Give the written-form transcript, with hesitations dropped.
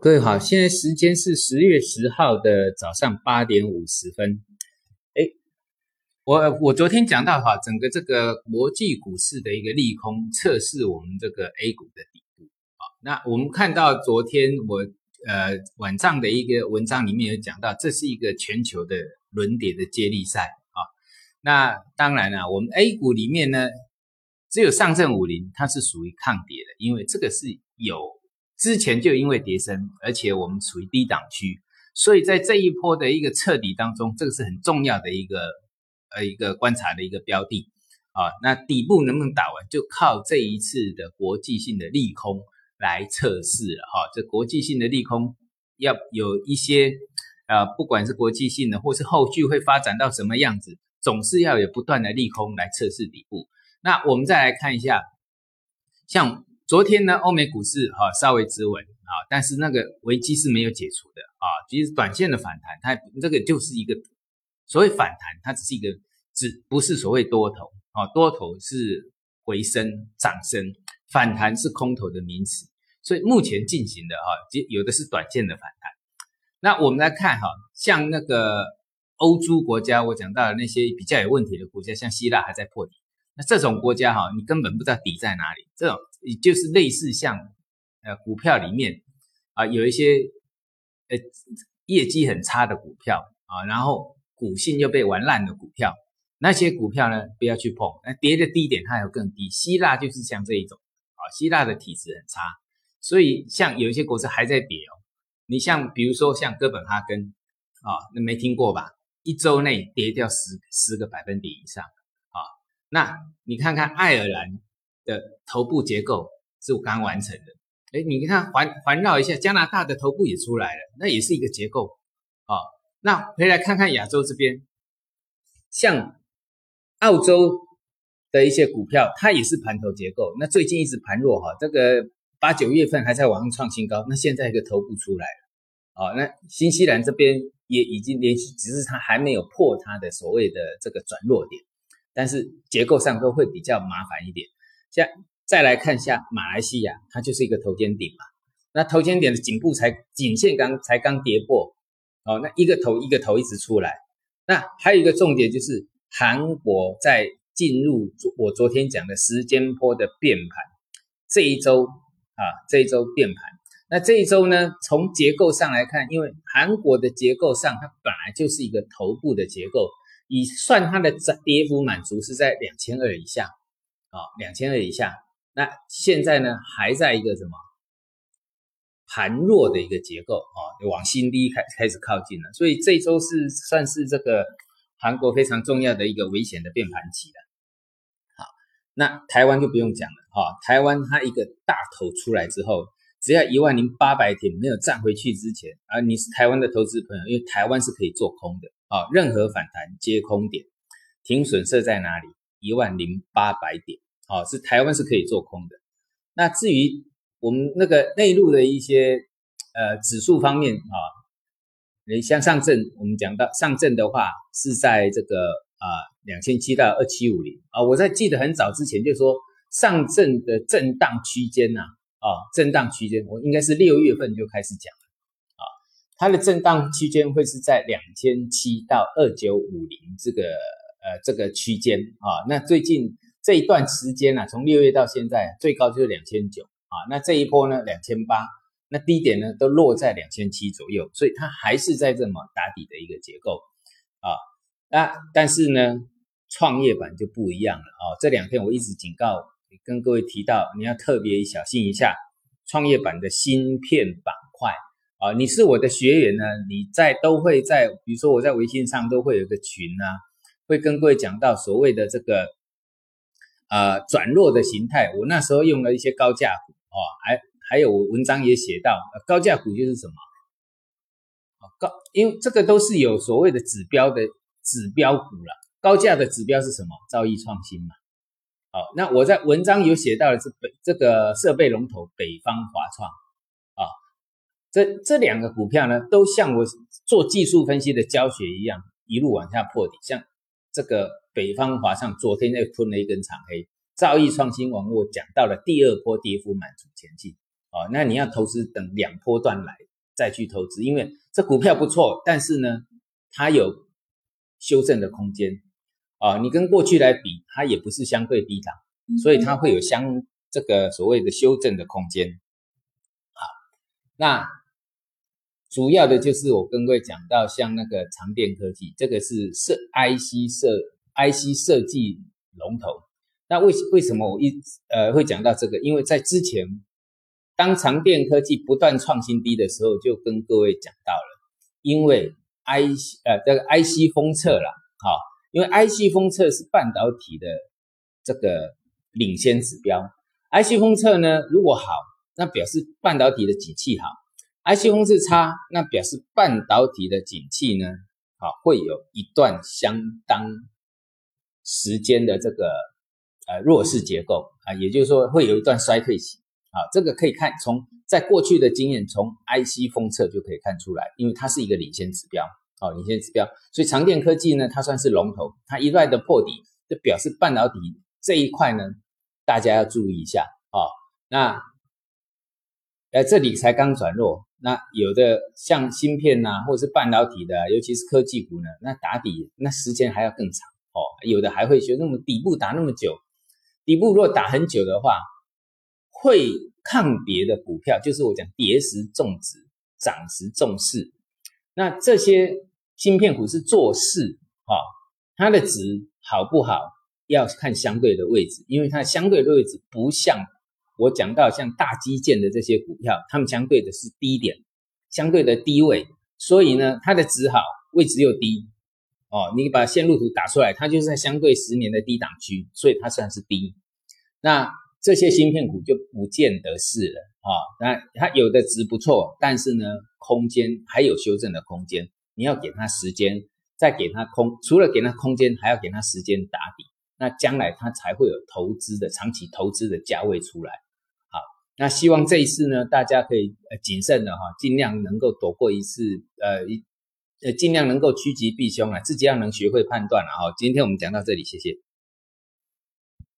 各位好，现在时间是10月10号的早上8:50。我昨天讲到整个这个国际股市的一个利空测试我们这个 A 股的底部。那我们看到昨天我晚上的一个文章里面有讲到，这是一个全球的轮跌的接力赛啊。那当然我们 A 股里面呢，只有上证50它是属于抗跌的，因为这个是之前就因为跌升，而且我们属于低档区，所以在这一波的一个彻底当中，这个是很重要的一个观察的一个标的啊。那底部能不能打完，就靠这一次的国际性的利空来测试了哈。这国际性的利空要有一些不管是国际性的，或是后续会发展到什么样子，总是要有不断的利空来测试底部。那我们再来看一下，像昨天呢，欧美股市稍微止稳但是那个危机是没有解除的其实短线的反弹，它这个就是一个所谓反弹，它只是一个不是所谓多头多头是回升涨升，反弹是空头的名词，所以目前进行的有的是短线的反弹。那我们来看像那个欧洲国家，我讲到的那些比较有问题的国家，像希腊还在破底。那这种国家你根本不知道底在哪里，这种就是类似像股票里面有一些业绩很差的股票然后股性又被玩烂的股票，那些股票呢不要去碰，那跌的低点它还有更低。希腊就是像这一种希腊的体质很差，所以像有一些国家还在跌你像比如说像哥本哈根那没听过吧，一周内跌掉10个百分点以上那你看看爱尔兰的头部结构是刚完成的，你看环绕一下，加拿大的头部也出来了，那也是一个结构那回来看看亚洲这边，像澳洲的一些股票，它也是盘头结构，那最近一直盘弱这个8、9月份还在往上创新高，那现在一个头部出来了那新西兰这边也已经连续，只是它还没有破它的所谓的这个转弱点，但是结构上都会比较麻烦一点。像再来看一下马来西亚，它就是一个头肩顶嘛，那头肩顶的颈线才刚跌破那一个头一个头一直出来。那还有一个重点就是韩国在进入我昨天讲的时间波的变盘，这一周变盘。那这一周呢，从结构上来看，因为韩国的结构上它本来就是一个头部的结构，以算它的跌幅满足是在2200以下2200以下，那现在呢还在一个什么盘弱的一个结构往新低开始靠近了，所以这一周是算是这个韩国非常重要的一个危险的变盘期了。好，那台湾就不用讲了台湾它一个大头出来之后，只要10800点没有站回去之前你是台湾的投资朋友，因为台湾是可以做空的任何反弹皆空点，停损设在哪里？10800点是台湾是可以做空的。那至于我们那个内陆的一些指数方面像上证，我们讲到上证的话是在这个2700到2750我在记得很早之前就说上证的震荡区间震荡区间我应该是6月份就开始讲了它的震荡区间会是在2700到2950这个区间那最近这一段时间从6月到现在最高就是2900那这一波呢2800，那低点呢都落在2700左右，所以它还是在这么打底的一个结构那但是呢创业板就不一样了这2天我一直警告跟各位提到，你要特别小心一下创业板的芯片板块你是我的学员呢，你都会在比如说我在微信上都会有一个群会跟各位讲到所谓的这个转弱的形态，我那时候用了一些高价股还有我文章也写到高价股就是什么因为这个都是有所谓的指标股啦，高价的指标是什么？兆易创新嘛那我在文章有写到了这个设备龙头北方华创这2个股票呢都像我做技术分析的教学一样一路往下破底，像这个北方华创昨天又吞了一根长黑，兆易创新网络讲到了第2波跌幅满足前进那你要投资等2波段来再去投资，因为这股票不错，但是呢，它有修正的空间啊。你跟过去来比，它也不是相对低档，所以它会有这个所谓的修正的空间。好，那主要的就是我跟各位讲到，像那个长电科技，这个是IC 设计龙头。那为什么我会讲到这个？因为在之前，当长电科技不断创新低的时候，就跟各位讲到了，因为这个 IC 封测啦，好，因为 IC 封测是半导体的这个领先指标。IC 封测呢，如果好，那表示半导体的景气好。IC 封测差，那表示半导体的景气呢，会有一段相当时间的这个弱势结构啊，也就是说会有一段衰退期啊。这个可以看在过去的经验，从 IC 封测就可以看出来，因为它是一个领先指标，领先指标。所以长电科技呢，它算是龙头，它一再的破底，就表示半导体这一块呢，大家要注意一下啊。那这里才刚转弱。那有的像芯片或者是半导体的，尤其是科技股呢，那打底那时间还要更长有的还会那么底部打那么久，底部如果打很久的话，会抗跌的股票，就是我讲跌时重质，涨时重势。那这些芯片股是做势它的值好不好要看相对的位置，因为它的相对的位置不像我讲到像大基建的这些股票，它们相对的是低点，相对的低位，所以呢，它的值好，位置又低你把线路图打出来，它就是在相对10年的低档区，所以它算是低。那这些芯片股就不见得是了那它有的值不错，但是呢，空间还有修正的空间，你要给它时间，再给它除了给它空间，还要给它时间打底，那将来它才会有长期投资的价位出来。好，那希望这一次呢，大家可以谨慎的尽量能够躲过一次尽量能够趋吉避凶自己要能学会判断今天我们讲到这里，谢谢。